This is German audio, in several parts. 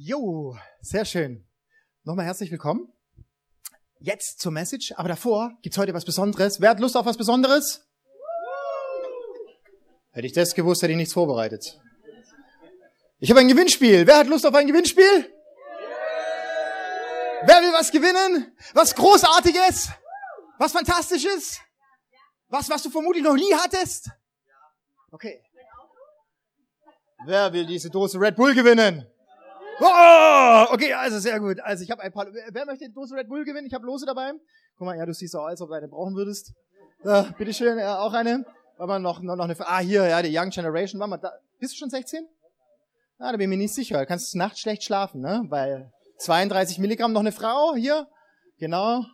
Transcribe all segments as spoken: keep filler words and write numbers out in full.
Jo, sehr schön. Nochmal herzlich willkommen. Jetzt zur Message, aber davor gibt's heute was Besonderes. Wer hat Lust auf was Besonderes? Hätte ich das gewusst, hätte ich nichts vorbereitet. Ich habe ein Gewinnspiel. Wer hat Lust auf ein Gewinnspiel? Wer will was gewinnen? Was Großartiges? Was Fantastisches? Was, was du vermutlich noch nie hattest? Okay. Wer will diese Dose Red Bull gewinnen? Oh, okay, also sehr gut. Also ich habe ein paar. Wer möchte die Dose Red Bull gewinnen? Ich habe Lose dabei. Guck mal, ja, du siehst so aus, als ob du eine brauchen würdest. Ja, bitteschön, ja, auch eine. Warte mal, noch, noch, noch eine. Ah, hier, ja, die Young Generation. Warte mal, da, bist du schon sechzehn? Ah, da bin ich mir nicht sicher. Da kannst du nachts schlecht schlafen, ne? Weil zweiunddreißig Milligramm noch eine Frau hier. Genau.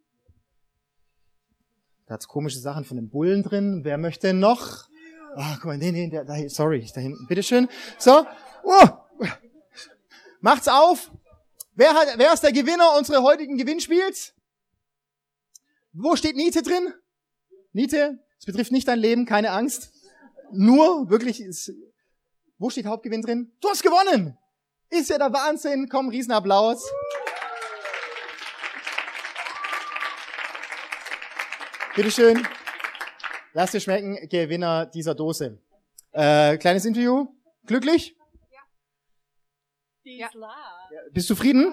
Da hat's komische Sachen von den Bullen drin. Wer möchte noch? Ah, guck mal, nee, nee, da, da, sorry, da hinten. Bitteschön. So. Oh. Macht's auf. Wer hat, wer ist der Gewinner unseres heutigen Gewinnspiels? Wo steht Niete drin? Niete, es betrifft nicht dein Leben, keine Angst. Nur, wirklich, ist, wo steht Hauptgewinn drin? Du hast gewonnen! Ist ja der Wahnsinn. Komm, Riesenapplaus. Bitteschön. Lass dir schmecken, Gewinner dieser Dose. Äh, kleines Interview. Glücklich? Ja. Bist du zufrieden?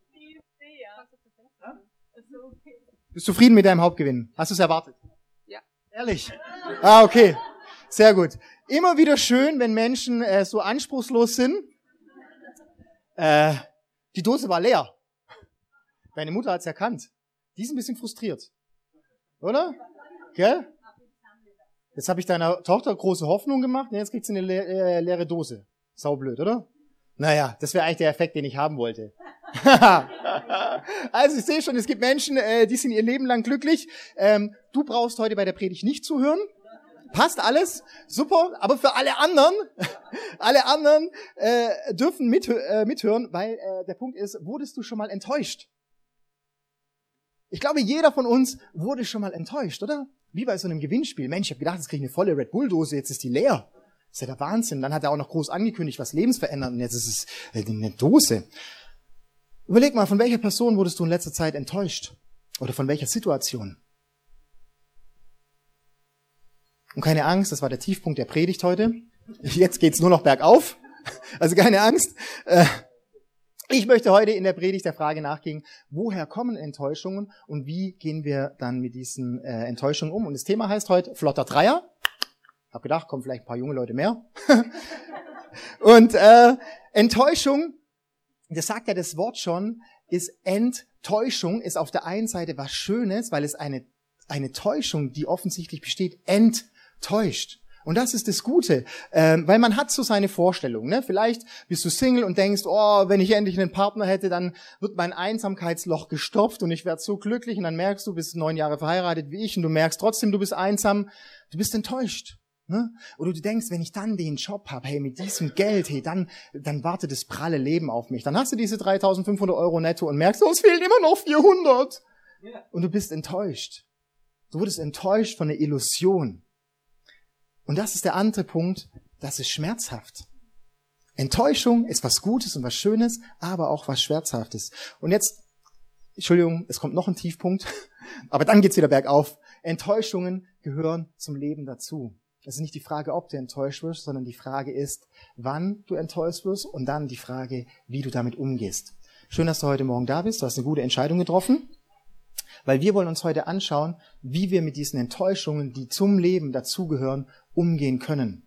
Bist du zufrieden mit deinem Hauptgewinn? Hast du es erwartet? Ja. Ehrlich? Ah, okay. Sehr gut. Immer wieder schön, wenn Menschen äh, so anspruchslos sind. Äh, die Dose war leer. Deine Mutter hat's erkannt. Die ist ein bisschen frustriert. Oder? Gell? Jetzt habe ich deiner Tochter große Hoffnung gemacht. Jetzt kriegt sie eine le äh, leere Dose. Saublöd, oder? Naja, das wäre eigentlich der Effekt, den ich haben wollte. Also ich sehe schon, es gibt Menschen, äh, die sind ihr Leben lang glücklich. Ähm, du brauchst heute bei der Predigt nicht zuhören. Passt alles, super. Aber für alle anderen, alle anderen äh, dürfen mit, äh, mithören, weil äh, der Punkt ist, wurdest du schon mal enttäuscht? Ich glaube, jeder von uns wurde schon mal enttäuscht, oder? Wie bei so einem Gewinnspiel. Mensch, ich habe gedacht, jetzt kriege ich eine volle Red Bull-Dose, jetzt ist die leer. Das ist ja der Wahnsinn. Dann hat er auch noch groß angekündigt, was lebensverändert, und jetzt ist es eine Dose. Überleg mal, von welcher Person wurdest du in letzter Zeit enttäuscht? Oder von welcher Situation? Und keine Angst, das war der Tiefpunkt der Predigt heute. Jetzt geht's nur noch bergauf. Also keine Angst. Ich möchte heute in der Predigt der Frage nachgehen, woher kommen Enttäuschungen und wie gehen wir dann mit diesen Enttäuschungen um? Und das Thema heißt heute Flotter Dreier. Hab gedacht, kommen vielleicht ein paar junge Leute mehr. Und äh, Enttäuschung, das sagt ja das Wort schon, ist Enttäuschung, ist auf der einen Seite was Schönes, weil es eine eine Täuschung, die offensichtlich besteht, enttäuscht. Und das ist das Gute, ähm, weil man hat so seine Vorstellung. Ne? Vielleicht bist du Single und denkst, oh, wenn ich endlich einen Partner hätte, dann wird mein Einsamkeitsloch gestopft und ich werde so glücklich. Und dann merkst du, bist neun Jahre verheiratet wie ich und du merkst trotzdem, du bist einsam, du bist enttäuscht. Ne? Oder du denkst, wenn ich dann den Job habe, hey, mit diesem Geld, hey, dann dann wartet das pralle Leben auf mich. Dann hast du diese dreitausendfünfhundert Euro netto und merkst, oh, es fehlen immer noch vierhundert. Und du bist enttäuscht. Du wurdest enttäuscht von der Illusion. Und das ist der andere Punkt, das ist schmerzhaft. Enttäuschung ist was Gutes und was Schönes, aber auch was Schmerzhaftes. Und jetzt, Entschuldigung, es kommt noch ein Tiefpunkt, aber dann geht's wieder bergauf. Enttäuschungen gehören zum Leben dazu. Es ist nicht die Frage, ob du enttäuscht wirst, sondern die Frage ist, wann du enttäuscht wirst und dann die Frage, wie du damit umgehst. Schön, dass du heute Morgen da bist. Du hast eine gute Entscheidung getroffen, weil wir wollen uns heute anschauen, wie wir mit diesen Enttäuschungen, die zum Leben dazugehören, umgehen können.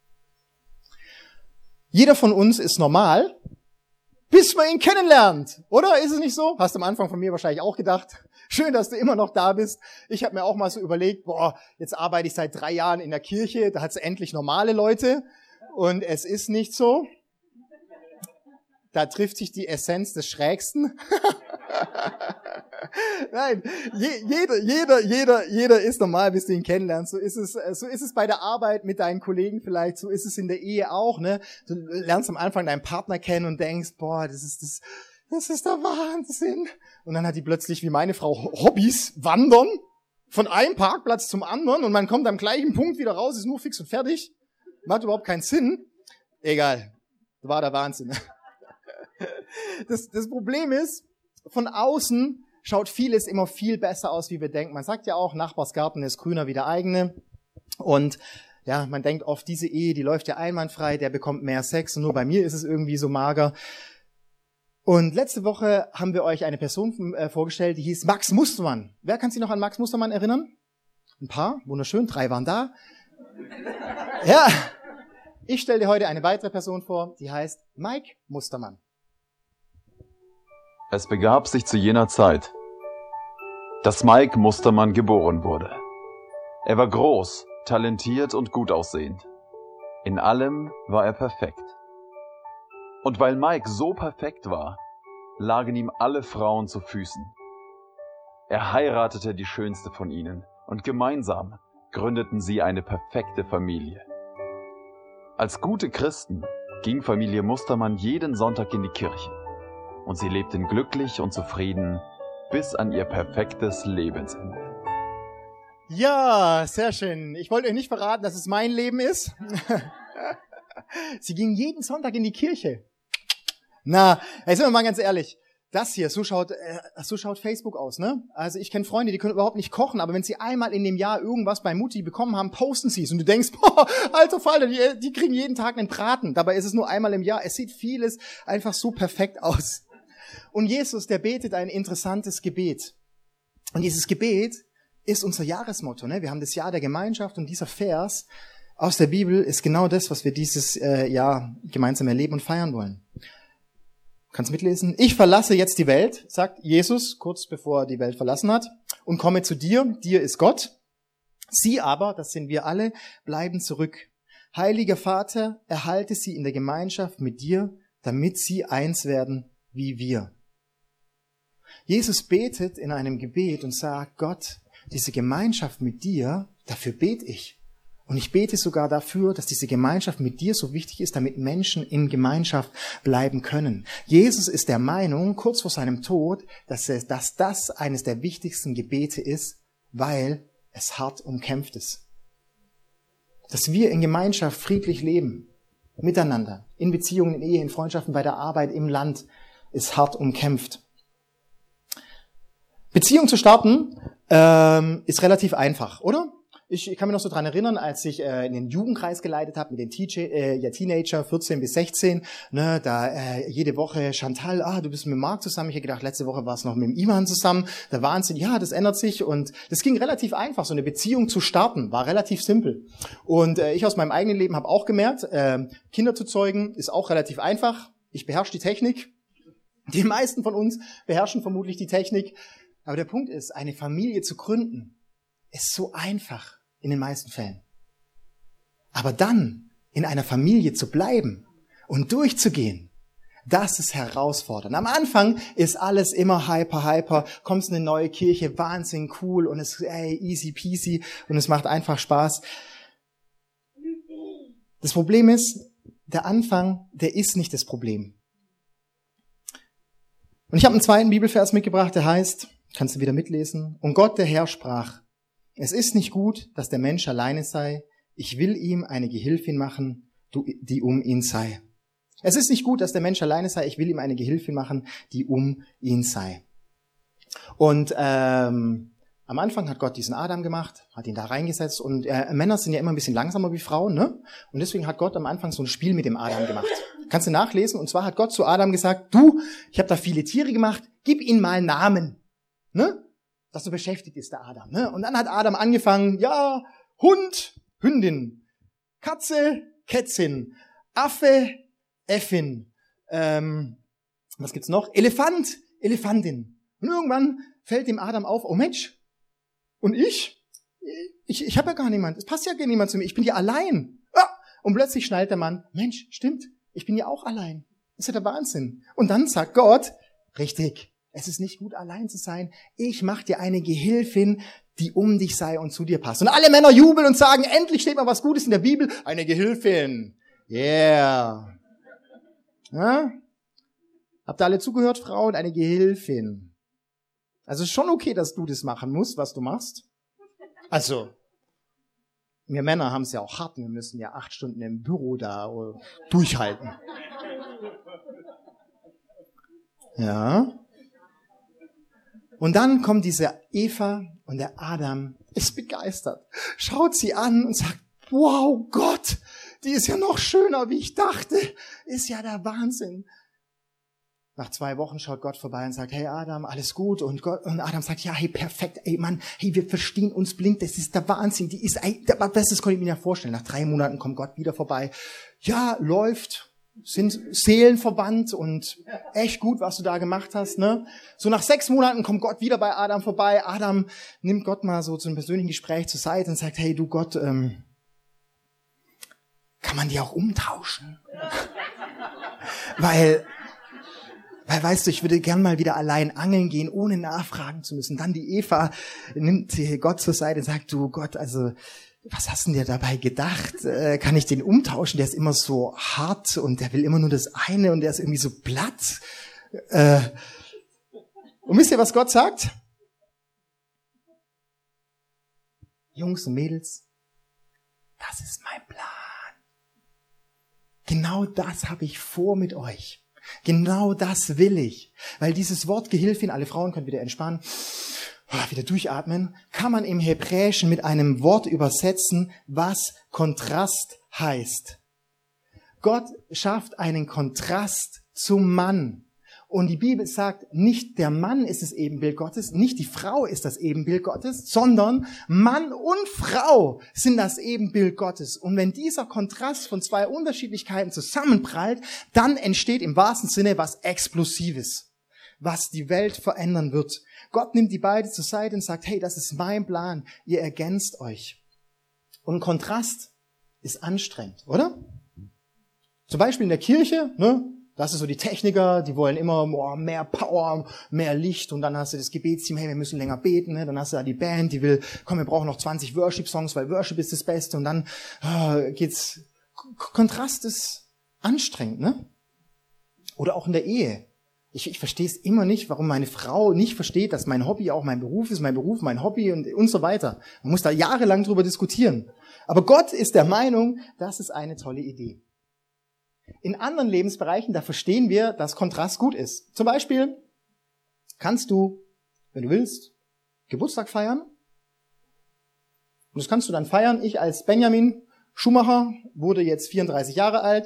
Jeder von uns ist normal, bis man ihn kennenlernt. Oder? Ist es nicht so? Hast du am Anfang von mir wahrscheinlich auch gedacht. Schön, dass du immer noch da bist. Ich habe mir auch mal so überlegt, boah, jetzt arbeite ich seit drei Jahren in der Kirche, da hat es endlich normale Leute. Und es ist nicht so. Da trifft sich die Essenz des Schrägsten. Nein, je, jeder, jeder, jeder, jeder ist normal, bis du ihn kennenlernst. So ist es, so ist es bei der Arbeit mit deinen Kollegen vielleicht, so ist es in der Ehe auch, ne? Du lernst am Anfang deinen Partner kennen und denkst, boah, das ist das, das ist der Wahnsinn. Und dann hat die plötzlich, wie meine Frau, Hobbys, wandern, von einem Parkplatz zum anderen und man kommt am gleichen Punkt wieder raus, ist nur fix und fertig. Macht überhaupt keinen Sinn. Egal. War der Wahnsinn. Das, das Problem ist, von außen schaut vieles immer viel besser aus, wie wir denken. Man sagt ja auch, Nachbarsgarten ist grüner wie der eigene. Und ja, man denkt oft, diese Ehe, die läuft ja einwandfrei, der bekommt mehr Sex und nur bei mir ist es irgendwie so mager. Und letzte Woche haben wir euch eine Person äh, vorgestellt, die hieß Max Mustermann. Wer kann sich noch an Max Mustermann erinnern? Ein paar, wunderschön, drei waren da. Ja, ich stelle dir heute eine weitere Person vor, die heißt Mike Mustermann. Es begab sich zu jener Zeit, dass Mike Mustermann geboren wurde. Er war groß, talentiert und gut aussehend. In allem war er perfekt. Und weil Mike so perfekt war, lagen ihm alle Frauen zu Füßen. Er heiratete die schönste von ihnen und gemeinsam gründeten sie eine perfekte Familie. Als gute Christen ging Familie Mustermann jeden Sonntag in die Kirche. Und sie lebten glücklich und zufrieden bis an ihr perfektes Lebensende. Ja, sehr schön. Ich wollte euch nicht verraten, dass es mein Leben ist. Sie gingen jeden Sonntag in die Kirche. Na, jetzt sind wir mal ganz ehrlich. Das hier, so schaut, äh, so schaut Facebook aus, ne? Also ich kenne Freunde, die können überhaupt nicht kochen, aber wenn sie einmal in dem Jahr irgendwas bei Mutti bekommen haben, posten sie es und du denkst, boah, alter Falter, die, die kriegen jeden Tag einen Braten. Dabei ist es nur einmal im Jahr. Es sieht vieles einfach so perfekt aus. Und Jesus, der betet ein interessantes Gebet. Und dieses Gebet ist unser Jahresmotto, ne? Wir haben das Jahr der Gemeinschaft und dieser Vers aus der Bibel ist genau das, was wir dieses äh, Jahr gemeinsam erleben und feiern wollen. Kannst mitlesen? Ich verlasse jetzt die Welt, sagt Jesus, kurz bevor er die Welt verlassen hat, und komme zu dir. Dir ist Gott. Sie aber, das sind wir alle, bleiben zurück. Heiliger Vater, erhalte sie in der Gemeinschaft mit dir, damit sie eins werden wie wir. Jesus betet in einem Gebet und sagt, Gott, diese Gemeinschaft mit dir, dafür bete ich. Und ich bete sogar dafür, dass diese Gemeinschaft mit dir so wichtig ist, damit Menschen in Gemeinschaft bleiben können. Jesus ist der Meinung, kurz vor seinem Tod, dass, er, dass das eines der wichtigsten Gebete ist, weil es hart umkämpft ist. Dass wir in Gemeinschaft friedlich leben, miteinander, in Beziehungen, in Ehe, in Freundschaften, bei der Arbeit, im Land, ist hart umkämpft. Beziehung zu starten ähm, ist relativ einfach, oder? Ich, ich kann mich noch so dran erinnern, als ich äh, in den Jugendkreis geleitet habe mit den Teacher, äh, ja, Teenager, vierzehn bis sechzehn, ne, da äh, jede Woche Chantal, ah, du bist mit Marc zusammen. Ich habe gedacht, letzte Woche war es noch mit dem Iman zusammen. Der Wahnsinn, ja, das ändert sich und das ging relativ einfach. So eine Beziehung zu starten war relativ simpel. Und äh, ich aus meinem eigenen Leben habe auch gemerkt, äh, Kinder zu zeugen ist auch relativ einfach. Ich beherrsche die Technik. Die meisten von uns beherrschen vermutlich die Technik. Aber der Punkt ist, eine Familie zu gründen, ist so einfach in den meisten Fällen. Aber dann in einer Familie zu bleiben und durchzugehen, das ist herausfordernd. Am Anfang ist alles immer hyper, hyper, kommst in eine neue Kirche, Wahnsinn, cool und es ist ey, easy peasy und es macht einfach Spaß. Das Problem ist, der Anfang, der ist nicht das Problem. Und ich habe einen zweiten Bibelvers mitgebracht, der heißt, kannst du wieder mitlesen, und Gott, der Herr, sprach, es ist nicht gut, dass der Mensch alleine sei. Ich will ihm eine Gehilfin machen, die um ihn sei. Es ist nicht gut, dass der Mensch alleine sei. Ich will ihm eine Gehilfin machen, die um ihn sei. Und ähm, am Anfang hat Gott diesen Adam gemacht, hat ihn da reingesetzt. Und äh, Männer sind ja immer ein bisschen langsamer wie Frauen, ne? Und deswegen hat Gott am Anfang so ein Spiel mit dem Adam gemacht. Kannst du nachlesen? Und zwar hat Gott zu Adam gesagt, du, ich habe da viele Tiere gemacht, gib ihnen mal Namen, ne? Dass so beschäftigt ist der Adam. Ne? Und dann hat Adam angefangen, ja, Hund, Hündin, Katze, Kätzin, Affe, Äffin, ähm, was gibt's noch? Elefant, Elefantin. Und irgendwann fällt dem Adam auf, oh Mensch, und ich? Ich, ich habe ja gar niemand, es passt ja gar niemand zu mir, ich bin ja allein. Ah! Und plötzlich schnallt der Mann, Mensch, stimmt, ich bin ja auch allein. Das ist ja der Wahnsinn. Und dann sagt Gott, richtig, es ist nicht gut, allein zu sein. Ich mache dir eine Gehilfin, die um dich sei und zu dir passt. Und alle Männer jubeln und sagen, endlich steht mal was Gutes in der Bibel. Eine Gehilfin. Yeah. Ja? Habt ihr alle zugehört, Frauen? Eine Gehilfin. Also ist schon okay, dass du das machen musst, was du machst. Also, wir Männer haben es ja auch hart. Wir müssen ja acht Stunden im Büro da durchhalten. Ja. Und dann kommt diese Eva und der Adam ist begeistert, schaut sie an und sagt, wow, Gott, die ist ja noch schöner, wie ich dachte. Ist ja der Wahnsinn. Nach zwei Wochen schaut Gott vorbei und sagt, hey Adam, alles gut? Und, Gott, und Adam sagt, ja, hey, perfekt, ey Mann, hey, wir verstehen uns blind, das ist der Wahnsinn, die ist, ey, das konnte ich mir nicht vorstellen. Nach drei Monaten kommt Gott wieder vorbei. Ja, läuft, sind seelenverwandt und echt gut, was du da gemacht hast, ne? So nach sechs Monaten kommt Gott wieder bei Adam vorbei. Adam nimmt Gott mal so zu einem persönlichen Gespräch zur Seite und sagt, hey, du Gott, ähm, kann man die auch umtauschen? Weil, weil, weißt du, ich würde gern mal wieder allein angeln gehen, ohne nachfragen zu müssen. Dann die Eva nimmt Gott zur Seite und sagt, du Gott, also, was hast du dir dabei gedacht? Äh, kann ich den umtauschen? Der ist immer so hart und der will immer nur das eine und der ist irgendwie so platt. Äh, und wisst ihr, was Gott sagt? Jungs und Mädels, das ist mein Plan. Genau das habe ich vor mit euch. Genau das will ich. Weil dieses Wort Gehilfin, alle Frauen können wieder entspannen, wieder durchatmen, kann man im Hebräischen mit einem Wort übersetzen, was Kontrast heißt. Gott schafft einen Kontrast zum Mann. Und die Bibel sagt, nicht der Mann ist das Ebenbild Gottes, nicht die Frau ist das Ebenbild Gottes, sondern Mann und Frau sind das Ebenbild Gottes. Und wenn dieser Kontrast von zwei Unterschiedlichkeiten zusammenprallt, dann entsteht im wahrsten Sinne was Explosives, was die Welt verändern wird. Gott nimmt die beiden zur Seite und sagt, hey, das ist mein Plan, ihr ergänzt euch. Und Kontrast ist anstrengend, oder? Zum Beispiel in der Kirche, ne? Das ist so die Techniker, die wollen immer oh, mehr Power, mehr Licht und dann hast du das Gebetsteam, hey, wir müssen länger beten, ne? Dann hast du da die Band, die will, komm, wir brauchen noch zwanzig Worship-Songs, weil Worship ist das Beste und dann oh, geht's, K- Kontrast ist anstrengend, ne? Oder auch in der Ehe. Ich, ich verstehe es immer nicht, warum meine Frau nicht versteht, dass mein Hobby auch mein Beruf ist, mein Beruf mein Hobby und, und so weiter. Man muss da jahrelang drüber diskutieren. Aber Gott ist der Meinung, das ist eine tolle Idee. In anderen Lebensbereichen, da verstehen wir, dass Kontrast gut ist. Zum Beispiel kannst du, wenn du willst, Geburtstag feiern. Und das kannst du dann feiern. Ich als Benjamin Schumacher wurde jetzt vierunddreißig Jahre alt.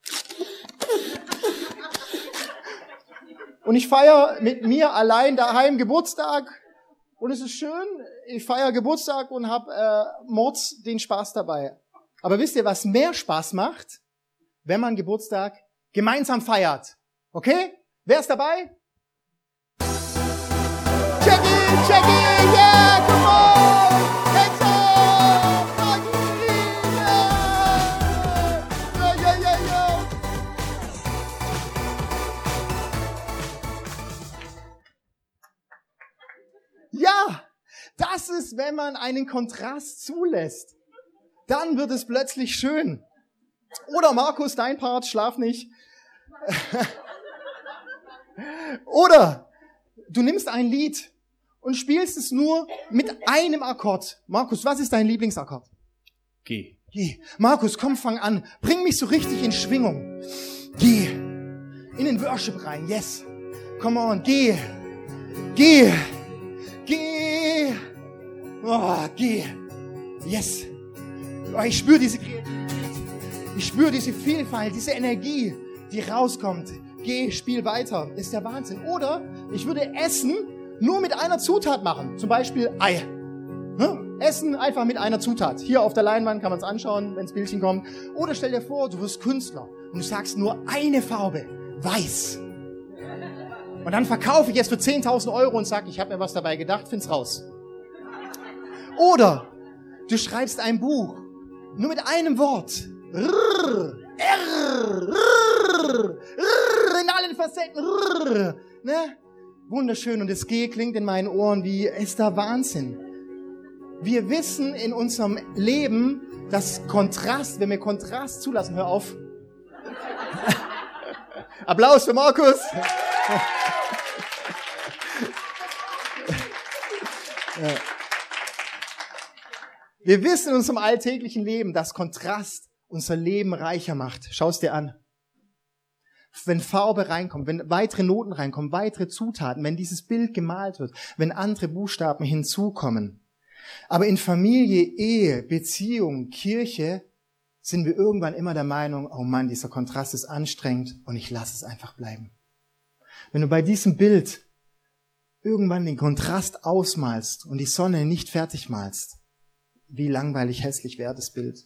Und ich feiere mit mir allein daheim Geburtstag. Und es ist schön, ich feiere Geburtstag und habe äh, Mords den Spaß dabei. Aber wisst ihr, was mehr Spaß macht? Wenn man Geburtstag gemeinsam feiert. Okay? Wer ist dabei? Check it, check it, yeah, come on! Hands up! Yeah, yeah, yeah, yeah. Ja, das ist, wenn man einen Kontrast zulässt. Dann wird es plötzlich schön. Oder Markus, dein Part, schlaf nicht. Oder du nimmst ein Lied und spielst es nur mit einem Akkord. Markus, was ist dein Lieblingsakkord? G. G. Markus, komm, fang an. Bring mich so richtig in Schwingung. Geh in den Worship rein. Yes. Come on. Geh. Geh. Geh. Oh, geh. Yes. Oh, ich spüre diese Kreativität. Ich spüre diese Vielfalt, diese Energie, die rauskommt. Geh, spiel weiter. Ist der Wahnsinn. Oder ich würde Essen nur mit einer Zutat machen. Zum Beispiel Ei. Hm? Essen einfach mit einer Zutat. Hier auf der Leinwand kann man es anschauen, wenn das Bildchen kommt. Oder stell dir vor, du wirst Künstler und du sagst nur eine Farbe. Weiß. Und dann verkaufe ich es für zehntausend Euro und sag, ich habe mir was dabei gedacht, find's raus. Oder du schreibst ein Buch. Nur mit einem Wort. Rrr, R, rrr, rrr, in allen Facetten. Rrr, ne? Wunderschön. Und das G klingt in meinen Ohren wie, ist der Wahnsinn. Wir wissen in unserem Leben, dass Kontrast, wenn wir Kontrast zulassen, hör auf. Applaus für Markus. Ja. Wir wissen in unserem alltäglichen Leben, dass Kontrast unser Leben reicher macht. Schau es dir an. wenn Farbe reinkommt, wenn weitere Noten reinkommen, weitere Zutaten, wenn dieses Bild gemalt wird, wenn andere Buchstaben hinzukommen. Aber in Familie, Ehe, Beziehung, Kirche sind wir irgendwann immer der Meinung, oh Mann, dieser Kontrast ist anstrengend und ich lasse es einfach bleiben. Wenn du bei diesem Bild irgendwann den Kontrast ausmalst und die Sonne nicht fertig malst, wie langweilig hässlich wäre das Bild.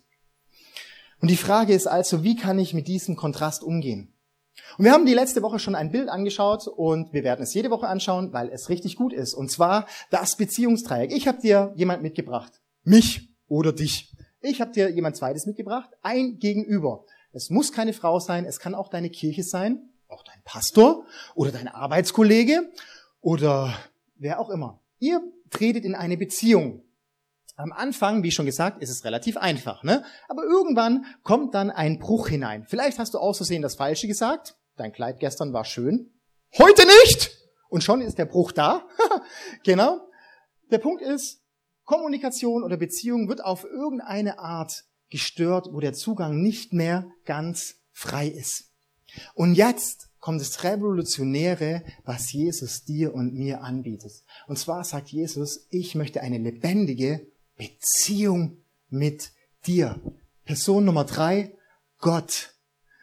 Und die Frage ist also, wie kann ich mit diesem Kontrast umgehen? Und wir haben die letzte Woche schon ein Bild angeschaut und wir werden es jede Woche anschauen, weil es richtig gut ist. Und zwar das Beziehungsdreieck. Ich habe dir jemand mitgebracht. Mich oder dich. Ich habe dir jemand Zweites mitgebracht. Ein Gegenüber. Es muss keine Frau sein, es kann auch deine Kirche sein, auch dein Pastor oder dein Arbeitskollege oder wer auch immer. Ihr tretet in eine Beziehung. Am Anfang, wie schon gesagt, ist es relativ einfach, ne? Aber irgendwann kommt dann ein Bruch hinein. Vielleicht hast du aus Versehen das Falsche gesagt. Dein Kleid gestern war schön. Heute nicht! Und schon ist der Bruch da. Genau. Der Punkt ist, Kommunikation oder Beziehung wird auf irgendeine Art gestört, wo der Zugang nicht mehr ganz frei ist. Und jetzt kommt das Revolutionäre, was Jesus dir und mir anbietet. Und zwar sagt Jesus, ich möchte eine lebendige Beziehung mit dir. Person Nummer drei, Gott.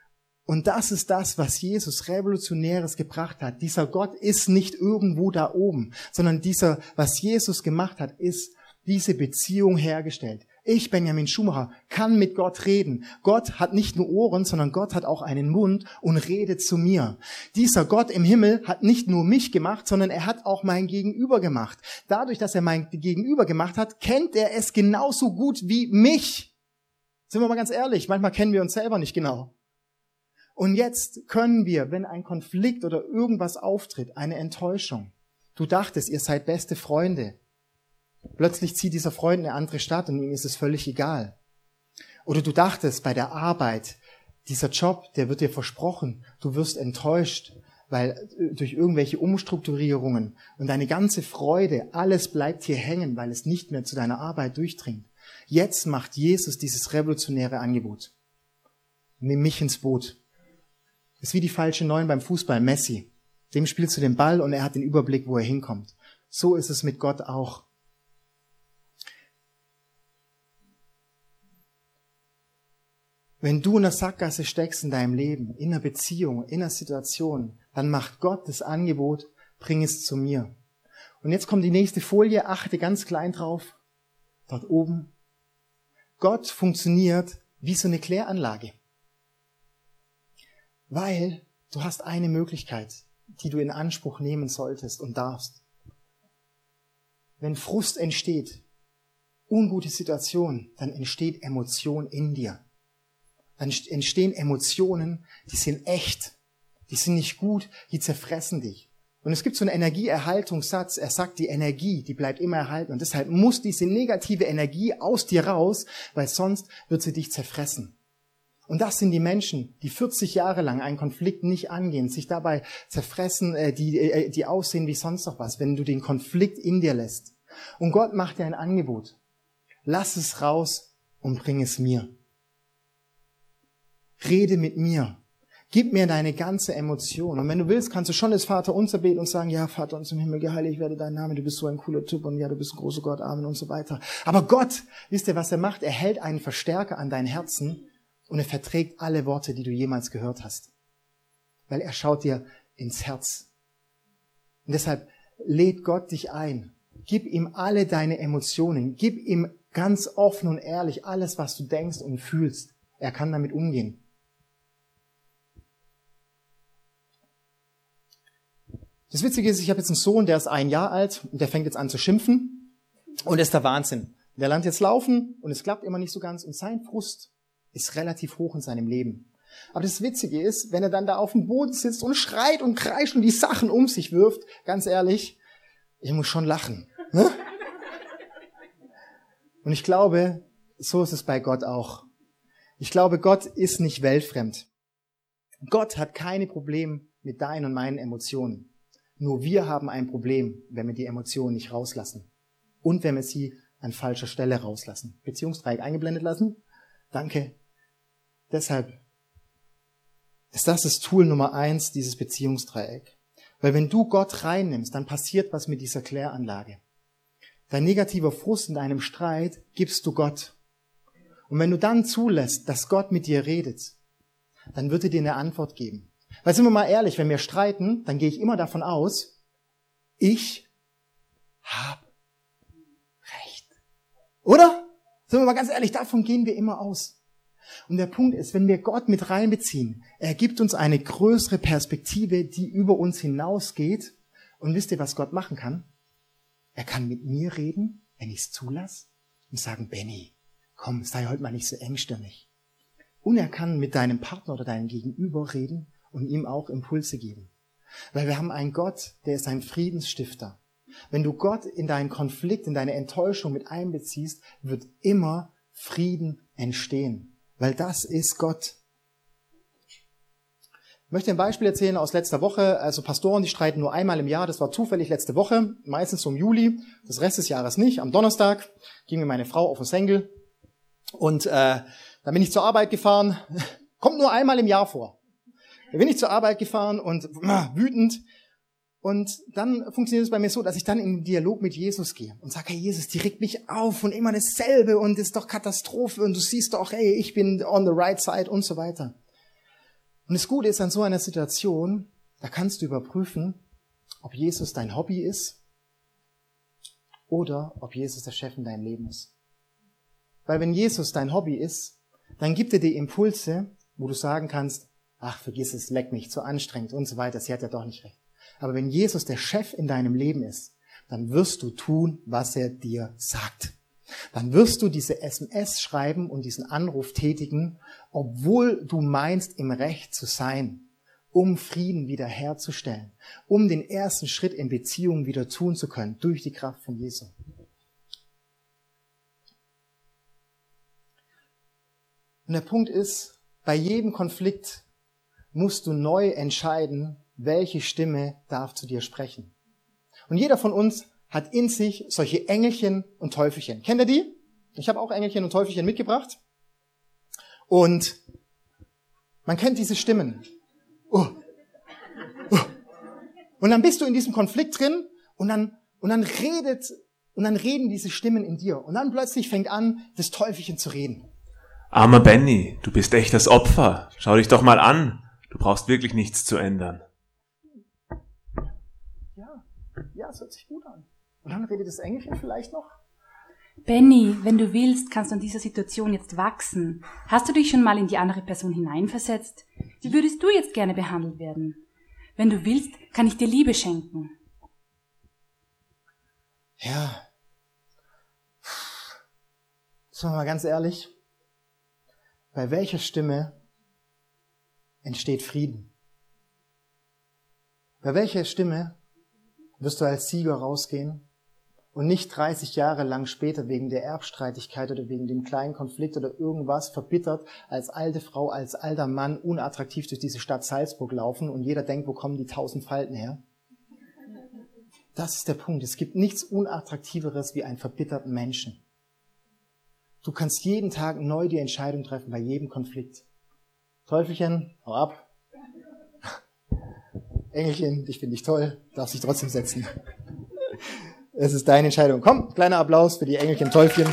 Und das ist das, was Jesus Revolutionäres gebracht hat. Dieser Gott ist nicht irgendwo da oben, sondern dieser, was Jesus gemacht hat, ist diese Beziehung hergestellt. Ich, Benjamin Schumacher, kann mit Gott reden. Gott hat nicht nur Ohren, sondern Gott hat auch einen Mund und redet zu mir. Dieser Gott im Himmel hat nicht nur mich gemacht, sondern er hat auch mein Gegenüber gemacht. Dadurch, dass er mein Gegenüber gemacht hat, kennt er es genauso gut wie mich. Sind wir mal ganz ehrlich, manchmal kennen wir uns selber nicht genau. Und jetzt können wir, wenn ein Konflikt oder irgendwas auftritt, eine Enttäuschung. Du dachtest, ihr seid beste Freunde. Plötzlich zieht dieser Freund in eine andere Stadt und ihm ist es völlig egal. Oder du dachtest bei der Arbeit, dieser Job, der wird dir versprochen, du wirst enttäuscht, weil durch irgendwelche Umstrukturierungen und deine ganze Freude, alles bleibt hier hängen, weil es nicht mehr zu deiner Arbeit durchdringt. Jetzt macht Jesus dieses revolutionäre Angebot. Nimm mich ins Boot. Das ist wie die falsche Neun beim Fußball, Messi. Dem spielst du den Ball und er hat den Überblick, wo er hinkommt. So ist es mit Gott auch. Wenn du in der Sackgasse steckst in deinem Leben, in einer Beziehung, in einer Situation, dann macht Gott das Angebot, bring es zu mir. Und jetzt kommt die nächste Folie, achte ganz klein drauf, dort oben. Gott funktioniert wie so eine Kläranlage. Weil du hast eine Möglichkeit, die du in Anspruch nehmen solltest und darfst. Wenn Frust entsteht, ungute Situation, dann entsteht Emotion in dir. Dann entstehen Emotionen, die sind echt, die sind nicht gut, die zerfressen dich. Und es gibt so einen Energieerhaltungssatz, er sagt, die Energie, die bleibt immer erhalten. Und deshalb muss diese negative Energie aus dir raus, weil sonst wird sie dich zerfressen. Und das sind die Menschen, die vierzig Jahre lang einen Konflikt nicht angehen, sich dabei zerfressen, die, die aussehen wie sonst noch was, wenn du den Konflikt in dir lässt. Und Gott macht dir ein Angebot. Lass es raus und bring es mir. Rede mit mir. Gib mir deine ganze Emotion. Und wenn du willst, kannst du schon das Vaterunser beten und sagen, ja, Vater uns im Himmel, geheiligt werde dein Name, du bist so ein cooler Typ und ja, du bist ein großer Gott, Amen und so weiter. Aber Gott, wisst ihr, was er macht? Er hält einen Verstärker an dein Herzen und er verträgt alle Worte, die du jemals gehört hast. Weil er schaut dir ins Herz. Und deshalb lädt Gott dich ein. Gib ihm alle deine Emotionen. Gib ihm ganz offen und ehrlich alles, was du denkst und fühlst. Er kann damit umgehen. Das Witzige ist, ich habe jetzt einen Sohn, der ist ein Jahr alt und der fängt jetzt an zu schimpfen und das ist der Wahnsinn. Der lernt jetzt laufen und es klappt immer nicht so ganz und sein Frust ist relativ hoch in seinem Leben. Aber das Witzige ist, wenn er dann da auf dem Boden sitzt und schreit und kreischt und die Sachen um sich wirft, ganz ehrlich, ich muss schon lachen. Ne? Und ich glaube, so ist es bei Gott auch. Ich glaube, Gott ist nicht weltfremd. Gott hat keine Probleme mit deinen und meinen Emotionen. Nur wir haben ein Problem, wenn wir die Emotionen nicht rauslassen. Und wenn wir sie an falscher Stelle rauslassen. Beziehungsdreieck eingeblendet lassen. Danke. Deshalb ist das das Tool Nummer eins, dieses Beziehungsdreieck. Weil wenn du Gott reinnimmst, dann passiert was mit dieser Kläranlage. Dein negativer Frust in einem Streit gibst du Gott. Und wenn du dann zulässt, dass Gott mit dir redet, dann wird er dir eine Antwort geben. Weil sind wir mal ehrlich, wenn wir streiten, dann gehe ich immer davon aus, ich habe Recht. Oder? Sind wir mal ganz ehrlich, davon gehen wir immer aus. Und der Punkt ist, wenn wir Gott mit reinbeziehen, er gibt uns eine größere Perspektive, die über uns hinausgeht. Und wisst ihr, was Gott machen kann? Er kann mit mir reden, wenn ich es zulasse, und sagen, Benny, komm, sei heute mal nicht so engstirnig. Und er kann mit deinem Partner oder deinem Gegenüber reden und ihm auch Impulse geben. Weil wir haben einen Gott, der ist ein Friedensstifter. Wenn du Gott in deinen Konflikt, in deine Enttäuschung mit einbeziehst, wird immer Frieden entstehen. Weil das ist Gott. Ich möchte ein Beispiel erzählen aus letzter Woche. Also Pastoren, die streiten nur einmal im Jahr. Das war zufällig letzte Woche, meistens so im Juli. Das Rest des Jahres nicht. Am Donnerstag ging mir meine Frau auf den Senkel. Und äh, dann bin ich zur Arbeit gefahren. Kommt nur einmal im Jahr vor. Da bin ich zur Arbeit gefahren und äh, wütend. Und dann funktioniert es bei mir so, dass ich dann in den Dialog mit Jesus gehe und sage, hey Jesus, die regt mich auf und immer dasselbe und das ist doch Katastrophe und du siehst doch, hey, ich bin on the right side und so weiter. Und das Gute ist an so einer Situation, da kannst du überprüfen, ob Jesus dein Hobby ist oder ob Jesus der Chef in deinem Leben ist. Weil wenn Jesus dein Hobby ist, dann gibt er dir Impulse, wo du sagen kannst, ach, vergiss es, leck mich, zu anstrengend und so weiter, sie hat ja doch nicht recht. Aber wenn Jesus der Chef in deinem Leben ist, dann wirst du tun, was er dir sagt. Dann wirst du diese S M S schreiben und diesen Anruf tätigen, obwohl du meinst, im Recht zu sein, um Frieden wiederherzustellen, um den ersten Schritt in Beziehungen wieder tun zu können, durch die Kraft von Jesu. Und der Punkt ist, bei jedem Konflikt musst du neu entscheiden, welche Stimme darf zu dir sprechen. Und jeder von uns hat in sich solche Engelchen und Teufelchen. Kennt ihr die? Ich habe auch Engelchen und Teufelchen mitgebracht. Und man kennt diese Stimmen. Oh. Oh. Und dann bist du in diesem Konflikt drin und dann, und dann redet, und dann reden diese Stimmen in dir. Und dann plötzlich fängt an, das Teufelchen zu reden. Armer Benny, du bist echt das Opfer. Schau dich doch mal an. Du brauchst wirklich nichts zu ändern. Ja, ja, es hört sich gut an. Und dann redet das Engelchen vielleicht noch. Benny, wenn du willst, kannst du an dieser Situation jetzt wachsen. Hast du dich schon mal in die andere Person hineinversetzt? Wie würdest du jetzt gerne behandelt werden? Wenn du willst, kann ich dir Liebe schenken. Ja. Sagen wir mal ganz ehrlich, bei welcher Stimme entsteht Frieden? Bei welcher Stimme wirst du als Sieger rausgehen und nicht dreißig Jahre lang später wegen der Erbstreitigkeit oder wegen dem kleinen Konflikt oder irgendwas verbittert als alte Frau, als alter Mann unattraktiv durch diese Stadt Salzburg laufen und jeder denkt, wo kommen die tausend Falten her? Das ist der Punkt. Es gibt nichts Unattraktiveres wie einen verbitterten Menschen. Du kannst jeden Tag neu die Entscheidung treffen bei jedem Konflikt. Teufelchen, hau ab. Engelchen, dich finde ich toll, darfst dich trotzdem setzen. Es ist deine Entscheidung. Komm, kleiner Applaus für die Engelchen, Teufelchen.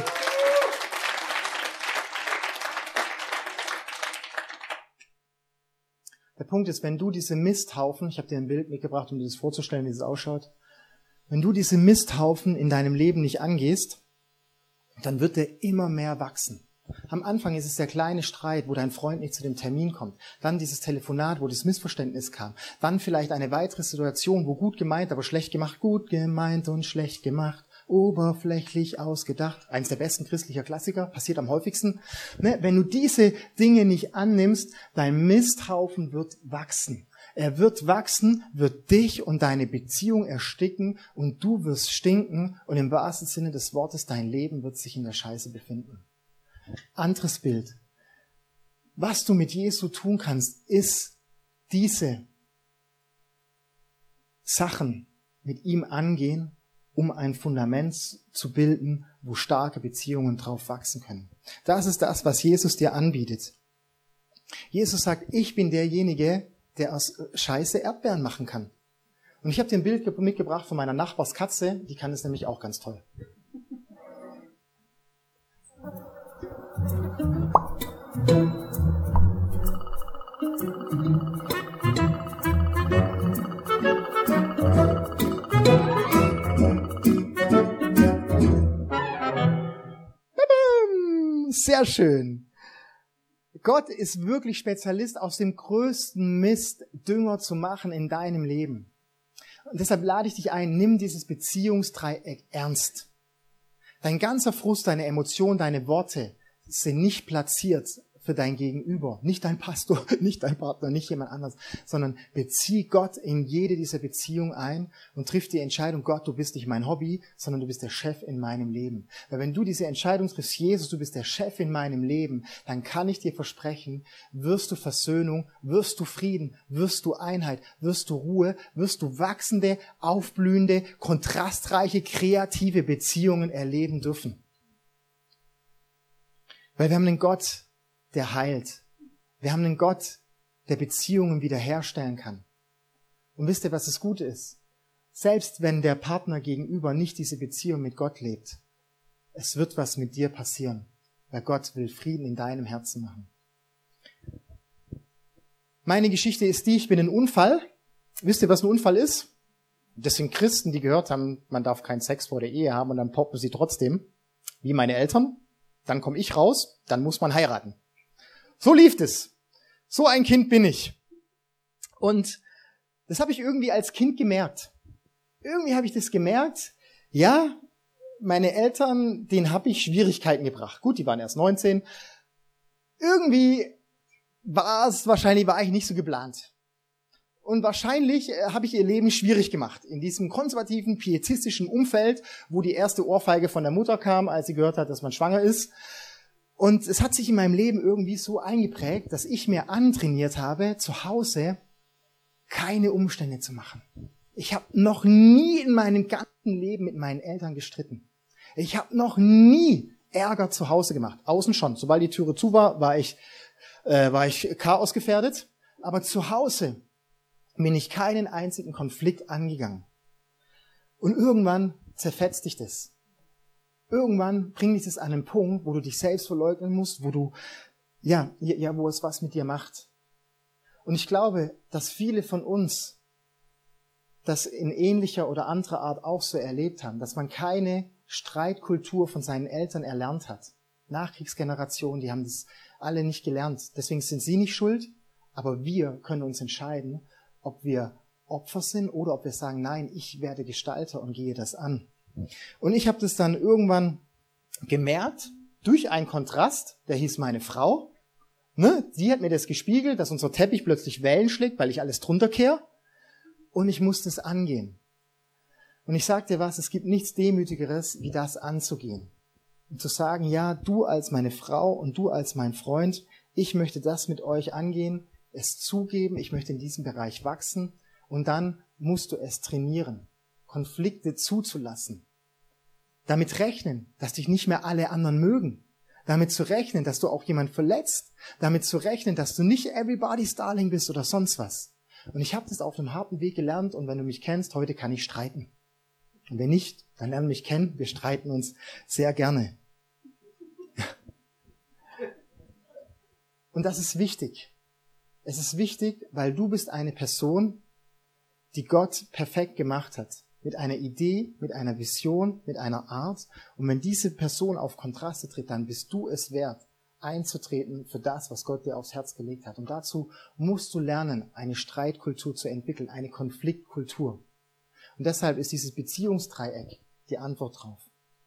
Der Punkt ist, wenn du diese Misthaufen, ich habe dir ein Bild mitgebracht, um dir das vorzustellen, wie es ausschaut, wenn du diese Misthaufen in deinem Leben nicht angehst, dann wird der immer mehr wachsen. Am Anfang ist es der kleine Streit, wo dein Freund nicht zu dem Termin kommt. Dann dieses Telefonat, wo das Missverständnis kam. Dann vielleicht eine weitere Situation, wo gut gemeint, aber schlecht gemacht. Gut gemeint und schlecht gemacht. Oberflächlich ausgedacht. Eines der besten christlicher Klassiker, passiert am häufigsten. Ne? Wenn du diese Dinge nicht annimmst, dein Misthaufen wird wachsen. Er wird wachsen, wird dich und deine Beziehung ersticken und du wirst stinken und im wahrsten Sinne des Wortes, dein Leben wird sich in der Scheiße befinden. Anderes Bild. Was du mit Jesu tun kannst, ist diese Sachen mit ihm angehen, um ein Fundament zu bilden, wo starke Beziehungen drauf wachsen können. Das ist das, was Jesus dir anbietet. Jesus sagt, ich bin derjenige, der aus Scheiße Erdbeeren machen kann. Und ich habe dir ein Bild mitgebracht von meiner Nachbarskatze, die kann es nämlich auch ganz toll. Sehr schön. Gott ist wirklich Spezialist, aus dem größten Mist Dünger zu machen in deinem Leben. Und deshalb lade ich dich ein, nimm dieses Beziehungsdreieck ernst. Dein ganzer Frust, deine Emotionen, deine Worte sind nicht platziert für dein Gegenüber. Nicht dein Pastor, nicht dein Partner, nicht jemand anderes, sondern bezieh Gott in jede dieser Beziehungen ein und triff die Entscheidung, Gott, du bist nicht mein Hobby, sondern du bist der Chef in meinem Leben. Weil wenn du diese Entscheidung triffst, Jesus, du bist der Chef in meinem Leben, dann kann ich dir versprechen, wirst du Versöhnung, wirst du Frieden, wirst du Einheit, wirst du Ruhe, wirst du wachsende, aufblühende, kontrastreiche, kreative Beziehungen erleben dürfen. Weil wir haben einen Gott, der heilt. Wir haben einen Gott, der Beziehungen wiederherstellen kann. Und wisst ihr, was das Gute ist? Selbst wenn der Partner gegenüber nicht diese Beziehung mit Gott lebt, es wird was mit dir passieren, weil Gott will Frieden in deinem Herzen machen. Meine Geschichte ist die, ich bin ein Unfall. Wisst ihr, was ein Unfall ist? Das sind Christen, die gehört haben, man darf keinen Sex vor der Ehe haben und dann poppen sie trotzdem, wie meine Eltern. Dann komme ich raus, dann muss man heiraten. So lief es. So ein Kind bin ich. Und das habe ich irgendwie als Kind gemerkt. Irgendwie habe ich das gemerkt, ja, meine Eltern, denen habe ich Schwierigkeiten gebracht. Gut, die waren erst neunzehn. Irgendwie war es, wahrscheinlich war ich nicht so geplant. Und wahrscheinlich habe ich ihr Leben schwierig gemacht. In diesem konservativen, pietistischen Umfeld, wo die erste Ohrfeige von der Mutter kam, als sie gehört hat, dass man schwanger ist. Und es hat sich in meinem Leben irgendwie so eingeprägt, dass ich mir antrainiert habe, zu Hause keine Umstände zu machen. Ich habe noch nie in meinem ganzen Leben mit meinen Eltern gestritten. Ich habe noch nie Ärger zu Hause gemacht. Außen schon. Sobald die Türe zu war, war ich, äh, war ich chaosgefährdet. Aber zu Hause bin ich keinen einzigen Konflikt angegangen. Und irgendwann zerfetzt dich das. Irgendwann bringt dich das an einen Punkt, wo du dich selbst verleugnen musst, wo du, ja, ja, wo es was mit dir macht. Und ich glaube, dass viele von uns das in ähnlicher oder anderer Art auch so erlebt haben, dass man keine Streitkultur von seinen Eltern erlernt hat. Nachkriegsgenerationen, die haben das alle nicht gelernt. Deswegen sind sie nicht schuld, aber wir können uns entscheiden, ob wir Opfer sind oder ob wir sagen, nein, ich werde Gestalter und gehe das an. Und ich habe das dann irgendwann gemerkt, durch einen Kontrast, der hieß meine Frau. Ne? Die hat mir das gespiegelt, dass unser Teppich plötzlich Wellen schlägt, weil ich alles drunter kehre. Und ich musste es angehen. Und ich sag dir was, es gibt nichts Demütigeres, wie das anzugehen. Und zu sagen, ja, du als meine Frau und du als mein Freund, ich möchte das mit euch angehen, es zugeben, ich möchte in diesem Bereich wachsen. Und dann musst du es trainieren, Konflikte zuzulassen. Damit rechnen, dass dich nicht mehr alle anderen mögen. Damit zu rechnen, dass du auch jemand verletzt. Damit zu rechnen, dass du nicht everybody's darling bist oder sonst was. Und ich habe das auf einem harten Weg gelernt und wenn du mich kennst, heute kann ich streiten. Und wenn nicht, dann lern mich kennen. Wir streiten uns sehr gerne. Und das ist wichtig. Es ist wichtig, weil du bist eine Person, die Gott perfekt gemacht hat. Mit einer Idee, mit einer Vision, mit einer Art. Und wenn diese Person auf Kontraste tritt, dann bist du es wert, einzutreten für das, was Gott dir aufs Herz gelegt hat. Und dazu musst du lernen, eine Streitkultur zu entwickeln, eine Konfliktkultur. Und deshalb ist dieses Beziehungsdreieck die Antwort drauf.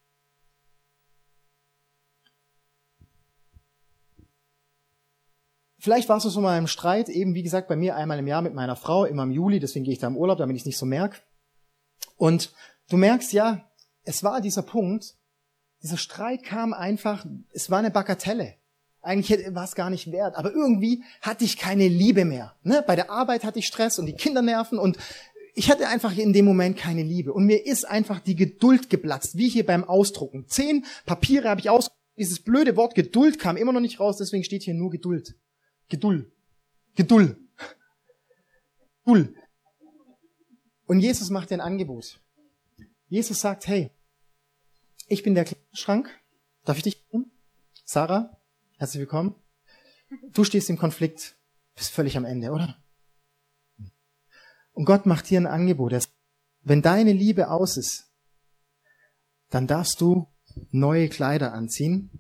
Vielleicht warst du so mal im Streit, eben wie gesagt bei mir einmal im Jahr mit meiner Frau, immer im Juli, deswegen gehe ich da im Urlaub, damit ich es nicht so merke. Und du merkst, ja, es war dieser Punkt, dieser Streit kam einfach, es war eine Bagatelle. Eigentlich war es gar nicht wert, aber irgendwie hatte ich keine Liebe mehr. Ne? Bei der Arbeit hatte ich Stress und die Kinder nerven und ich hatte einfach in dem Moment keine Liebe. Und mir ist einfach die Geduld geplatzt, wie hier beim Ausdrucken. Zehn Papiere habe ich ausgedruckt, dieses blöde Wort Geduld kam immer noch nicht raus, deswegen steht hier nur Geduld. Geduld. Geduld. Geduld. Und Jesus macht dir ein Angebot. Jesus sagt, hey, ich bin der Kleiderschrank. Darf ich dich nehmen? Sarah, herzlich willkommen. Du stehst im Konflikt, bist völlig am Ende, oder? Und Gott macht dir ein Angebot. Wenn deine Liebe aus ist, dann darfst du neue Kleider anziehen.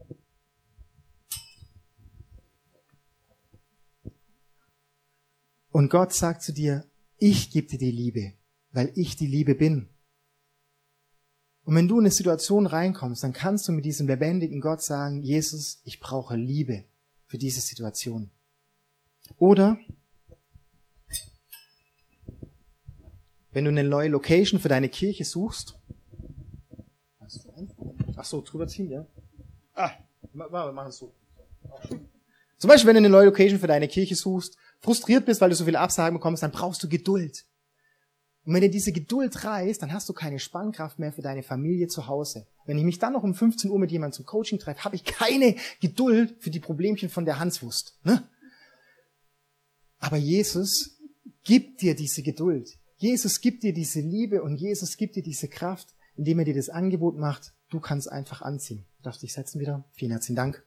Und Gott sagt zu dir, ich gebe dir die Liebe, weil ich die Liebe bin. Und wenn du in eine Situation reinkommst, dann kannst du mit diesem lebendigen Gott sagen, Jesus, ich brauche Liebe für diese Situation. Oder wenn du eine neue Location für deine Kirche suchst, ach so, drüber ziehen, ja? Ah, wir machen es so. Zum Beispiel, wenn du eine neue Location für deine Kirche suchst, frustriert bist, weil du so viele Absagen bekommst, dann brauchst du Geduld. Und wenn dir diese Geduld reißt, dann hast du keine Spannkraft mehr für deine Familie zu Hause. Wenn ich mich dann noch um fünfzehn Uhr mit jemandem zum Coaching treffe, habe ich keine Geduld für die Problemchen von der Hanswurst. Ne? Aber Jesus gibt dir diese Geduld. Jesus gibt dir diese Liebe und Jesus gibt dir diese Kraft, indem er dir das Angebot macht, du kannst einfach anziehen. Du darfst dich setzen wieder. Vielen herzlichen Dank.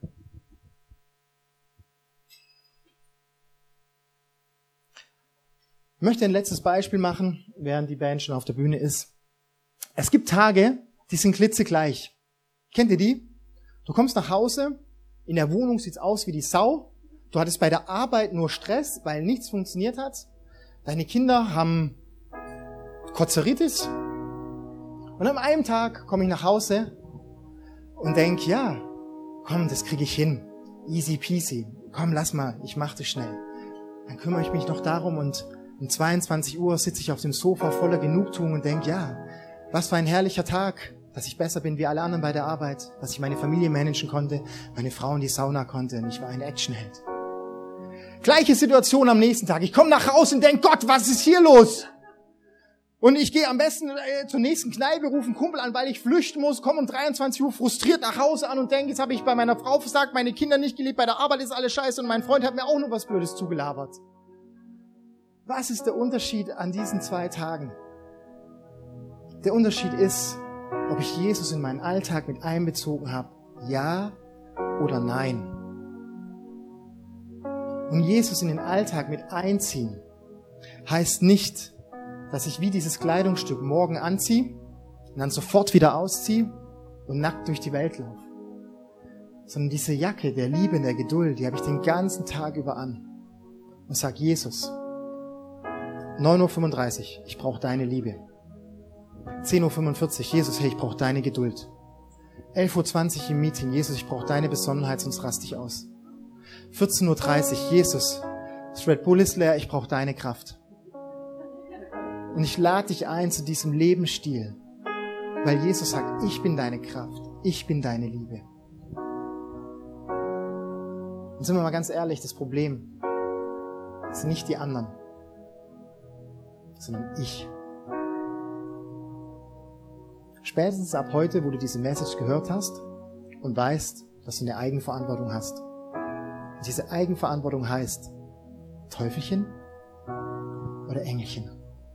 Ich möchte ein letztes Beispiel machen, während die Band schon auf der Bühne ist. Es gibt Tage, die sind klitzegleich. Kennt ihr die? Du kommst nach Hause, in der Wohnung sieht's aus wie die Sau. Du hattest bei der Arbeit nur Stress, weil nichts funktioniert hat. Deine Kinder haben Kozeritis. Und an einem Tag komme ich nach Hause und denk, ja, komm, das kriege ich hin. Easy peasy. Komm, lass mal, ich mach das schnell. Dann kümmere ich mich noch darum und um zweiundzwanzig Uhr sitze ich auf dem Sofa voller Genugtuung und denke, ja, was für ein herrlicher Tag, dass ich besser bin wie alle anderen bei der Arbeit, dass ich meine Familie managen konnte, meine Frau in die Sauna konnte und ich war ein Actionheld. Gleiche Situation am nächsten Tag. Ich komme nach Hause und denke, Gott, was ist hier los? Und ich gehe am besten äh, zur nächsten Kneipe, rufe einen Kumpel an, weil ich flüchten muss, komme um dreiundzwanzig Uhr frustriert nach Hause an und denke, jetzt habe ich bei meiner Frau versagt, meine Kinder nicht geliebt, bei der Arbeit ist alles scheiße und mein Freund hat mir auch nur was Blödes zugelabert. Was ist der Unterschied an diesen zwei Tagen? Der Unterschied ist, ob ich Jesus in meinen Alltag mit einbezogen habe, ja oder nein. Und Jesus in den Alltag mit einziehen, heißt nicht, dass ich wie dieses Kleidungsstück morgen anziehe und dann sofort wieder ausziehe und nackt durch die Welt laufe. Sondern diese Jacke der Liebe und der Geduld, die habe ich den ganzen Tag über an. Und sag, Jesus, neun Uhr fünfunddreißig, ich brauche deine Liebe. zehn Uhr fünfundvierzig, Jesus, hey, ich brauche deine Geduld. elf Uhr zwanzig im Meeting, Jesus, ich brauche deine Besonnenheit, sonst raste ich aus. vierzehn Uhr dreißig, Jesus, das Red Bull ist leer, ich brauche deine Kraft. Und ich lade dich ein zu diesem Lebensstil, weil Jesus sagt, ich bin deine Kraft, ich bin deine Liebe. Und sind wir mal ganz ehrlich, das Problem sind nicht die anderen, sondern ich. Spätestens ab heute, wo du diese Message gehört hast und weißt, dass du eine Eigenverantwortung hast. Und diese Eigenverantwortung heißt Teufelchen oder Engelchen.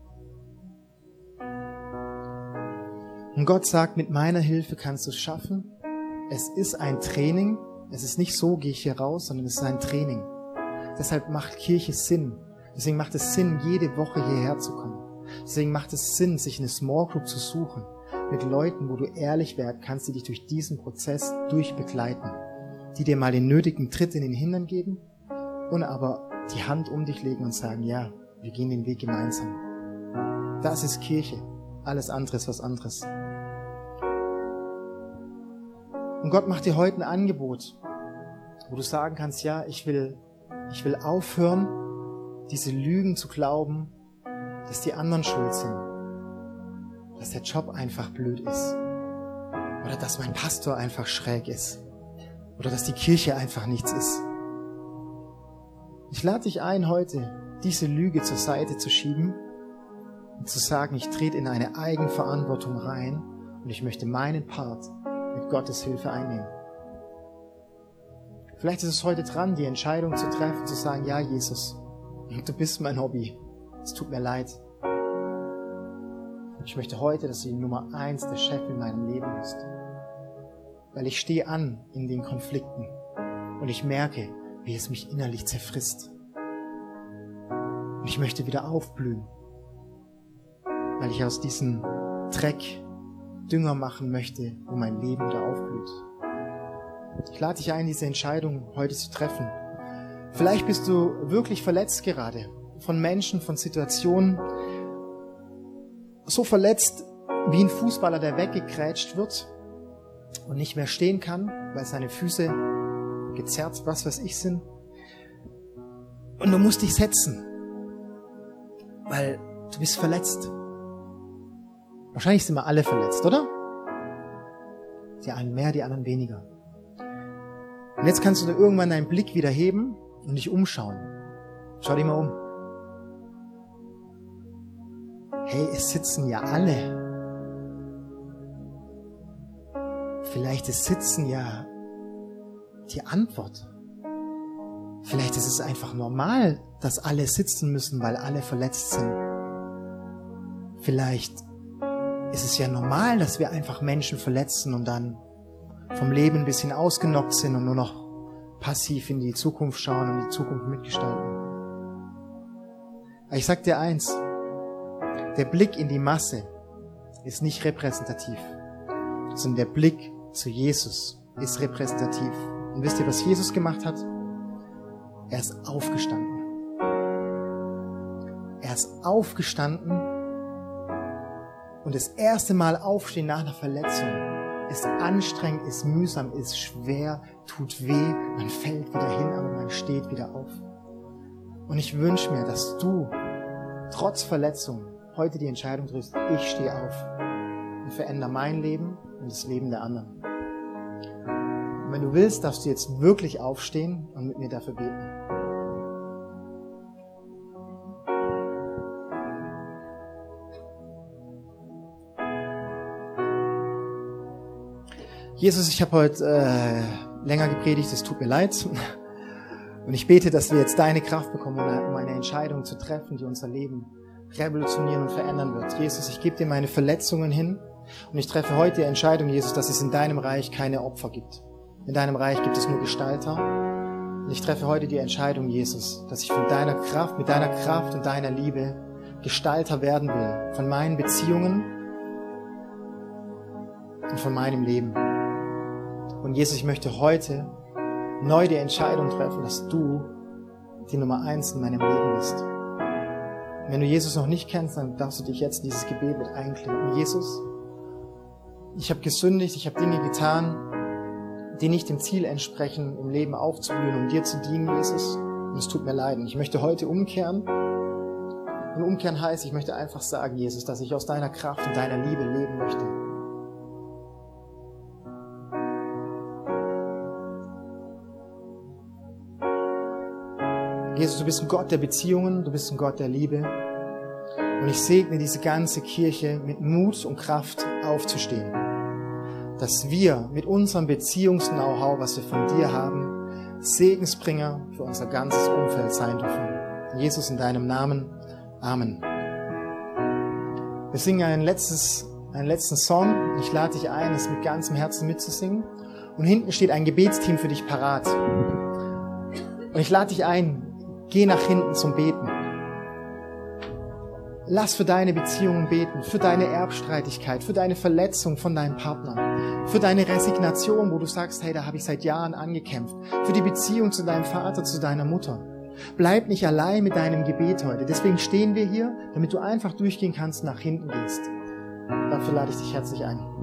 Und Gott sagt, mit meiner Hilfe kannst du es schaffen. Es ist ein Training. Es ist nicht so, gehe ich hier raus, sondern es ist ein Training. Deshalb macht Kirche Sinn. Deswegen macht es Sinn, jede Woche hierher zu kommen. Deswegen macht es Sinn, sich eine Small Group zu suchen. Mit Leuten, wo du ehrlich werden kannst, die dich durch diesen Prozess durchbegleiten. Die dir mal den nötigen Tritt in den Hintern geben und aber die Hand um dich legen und sagen, ja, wir gehen den Weg gemeinsam. Das ist Kirche. Alles andere ist was anderes. Und Gott macht dir heute ein Angebot, wo du sagen kannst, ja, ich will, ich will aufhören, diese Lügen zu glauben, dass die anderen schuld sind. Dass der Job einfach blöd ist. Oder dass mein Pastor einfach schräg ist. Oder dass die Kirche einfach nichts ist. Ich lade dich ein, heute diese Lüge zur Seite zu schieben und zu sagen, ich trete in eine Eigenverantwortung rein und ich möchte meinen Part mit Gottes Hilfe einnehmen. Vielleicht ist es heute dran, die Entscheidung zu treffen, zu sagen, ja, Jesus, du bist mein Hobby. Es tut mir leid. Ich möchte heute, dass du die Nummer eins, der Chef in meinem Leben bist. Weil ich stehe an in den Konflikten und ich merke, wie es mich innerlich zerfrisst. Und ich möchte wieder aufblühen, weil ich aus diesem Dreck Dünger machen möchte, wo mein Leben wieder aufblüht. Ich lade dich ein, diese Entscheidung heute zu treffen. Vielleicht bist du wirklich verletzt gerade von Menschen, von Situationen, so verletzt wie ein Fußballer, der weggekrätscht wird und nicht mehr stehen kann, weil seine Füße gezerrt, was weiß ich, sind. Und du musst dich setzen, weil du bist verletzt. Wahrscheinlich sind wir alle verletzt, oder? Die einen mehr, die anderen weniger. Und jetzt kannst du da irgendwann deinen Blick wieder heben und dich umschauen. Schau dich mal um. Hey, es sitzen ja alle. Vielleicht ist Sitzen ja die Antwort. Vielleicht ist es einfach normal, dass alle sitzen müssen, weil alle verletzt sind. Vielleicht ist es ja normal, dass wir einfach Menschen verletzen und dann vom Leben ein bisschen ausgenockt sind und nur noch passiv in die Zukunft schauen und die Zukunft mitgestalten. Aber ich sag dir eins, der Blick in die Masse ist nicht repräsentativ, sondern der Blick zu Jesus ist repräsentativ. Und wisst ihr, was Jesus gemacht hat? Er ist aufgestanden. Er ist aufgestanden und das erste Mal aufstehen nach einer Verletzung ist anstrengend, ist mühsam, ist schwer, tut weh, man fällt wieder hin, aber man steht wieder auf. Und ich wünsche mir, dass du trotz Verletzung heute die Entscheidung triffst, ich stehe auf und verändere mein Leben und das Leben der anderen. Und wenn du willst, darfst du jetzt wirklich aufstehen und mit mir dafür beten. Jesus, ich habe heute äh, länger gepredigt, es tut mir leid. Und ich bete, dass wir jetzt deine Kraft bekommen, um eine Entscheidung zu treffen, die unser Leben revolutionieren und verändern wird. Jesus, ich gebe dir meine Verletzungen hin und ich treffe heute die Entscheidung, Jesus, dass es in deinem Reich keine Opfer gibt. In deinem Reich gibt es nur Gestalter. Und ich treffe heute die Entscheidung, Jesus, dass ich von deiner Kraft, mit deiner Kraft und deiner Liebe Gestalter werden will. Von meinen Beziehungen und von meinem Leben. Und Jesus, ich möchte heute neu die Entscheidung treffen, dass du die Nummer eins in meinem Leben bist. Und wenn du Jesus noch nicht kennst, dann darfst du dich jetzt in dieses Gebet mit einklinken. Jesus, ich habe gesündigt, ich habe Dinge getan, die nicht dem Ziel entsprechen, im Leben aufzublühen, um dir zu dienen, Jesus. Und es tut mir leid. Und ich möchte heute umkehren. Und umkehren heißt, ich möchte einfach sagen, Jesus, dass ich aus deiner Kraft und deiner Liebe leben möchte. Jesus, du bist ein Gott der Beziehungen, du bist ein Gott der Liebe. Und ich segne diese ganze Kirche mit Mut und Kraft aufzustehen. Dass wir mit unserem Beziehungs-Know-how, was wir von dir haben, Segensbringer für unser ganzes Umfeld sein dürfen. Jesus, in deinem Namen. Amen. Wir singen ein letztes, einen letzten Song. Ich lade dich ein, es mit ganzem Herzen mitzusingen. Und hinten steht ein Gebetsteam für dich parat. Und ich lade dich ein, geh nach hinten zum Beten. Lass für deine Beziehungen beten, für deine Erbstreitigkeit, für deine Verletzung von deinem Partner, für deine Resignation, wo du sagst, hey, da habe ich seit Jahren angekämpft, für die Beziehung zu deinem Vater, zu deiner Mutter. Bleib nicht allein mit deinem Gebet heute. Deswegen stehen wir hier, damit du einfach durchgehen kannst und nach hinten gehst. Dafür lade ich dich herzlich ein.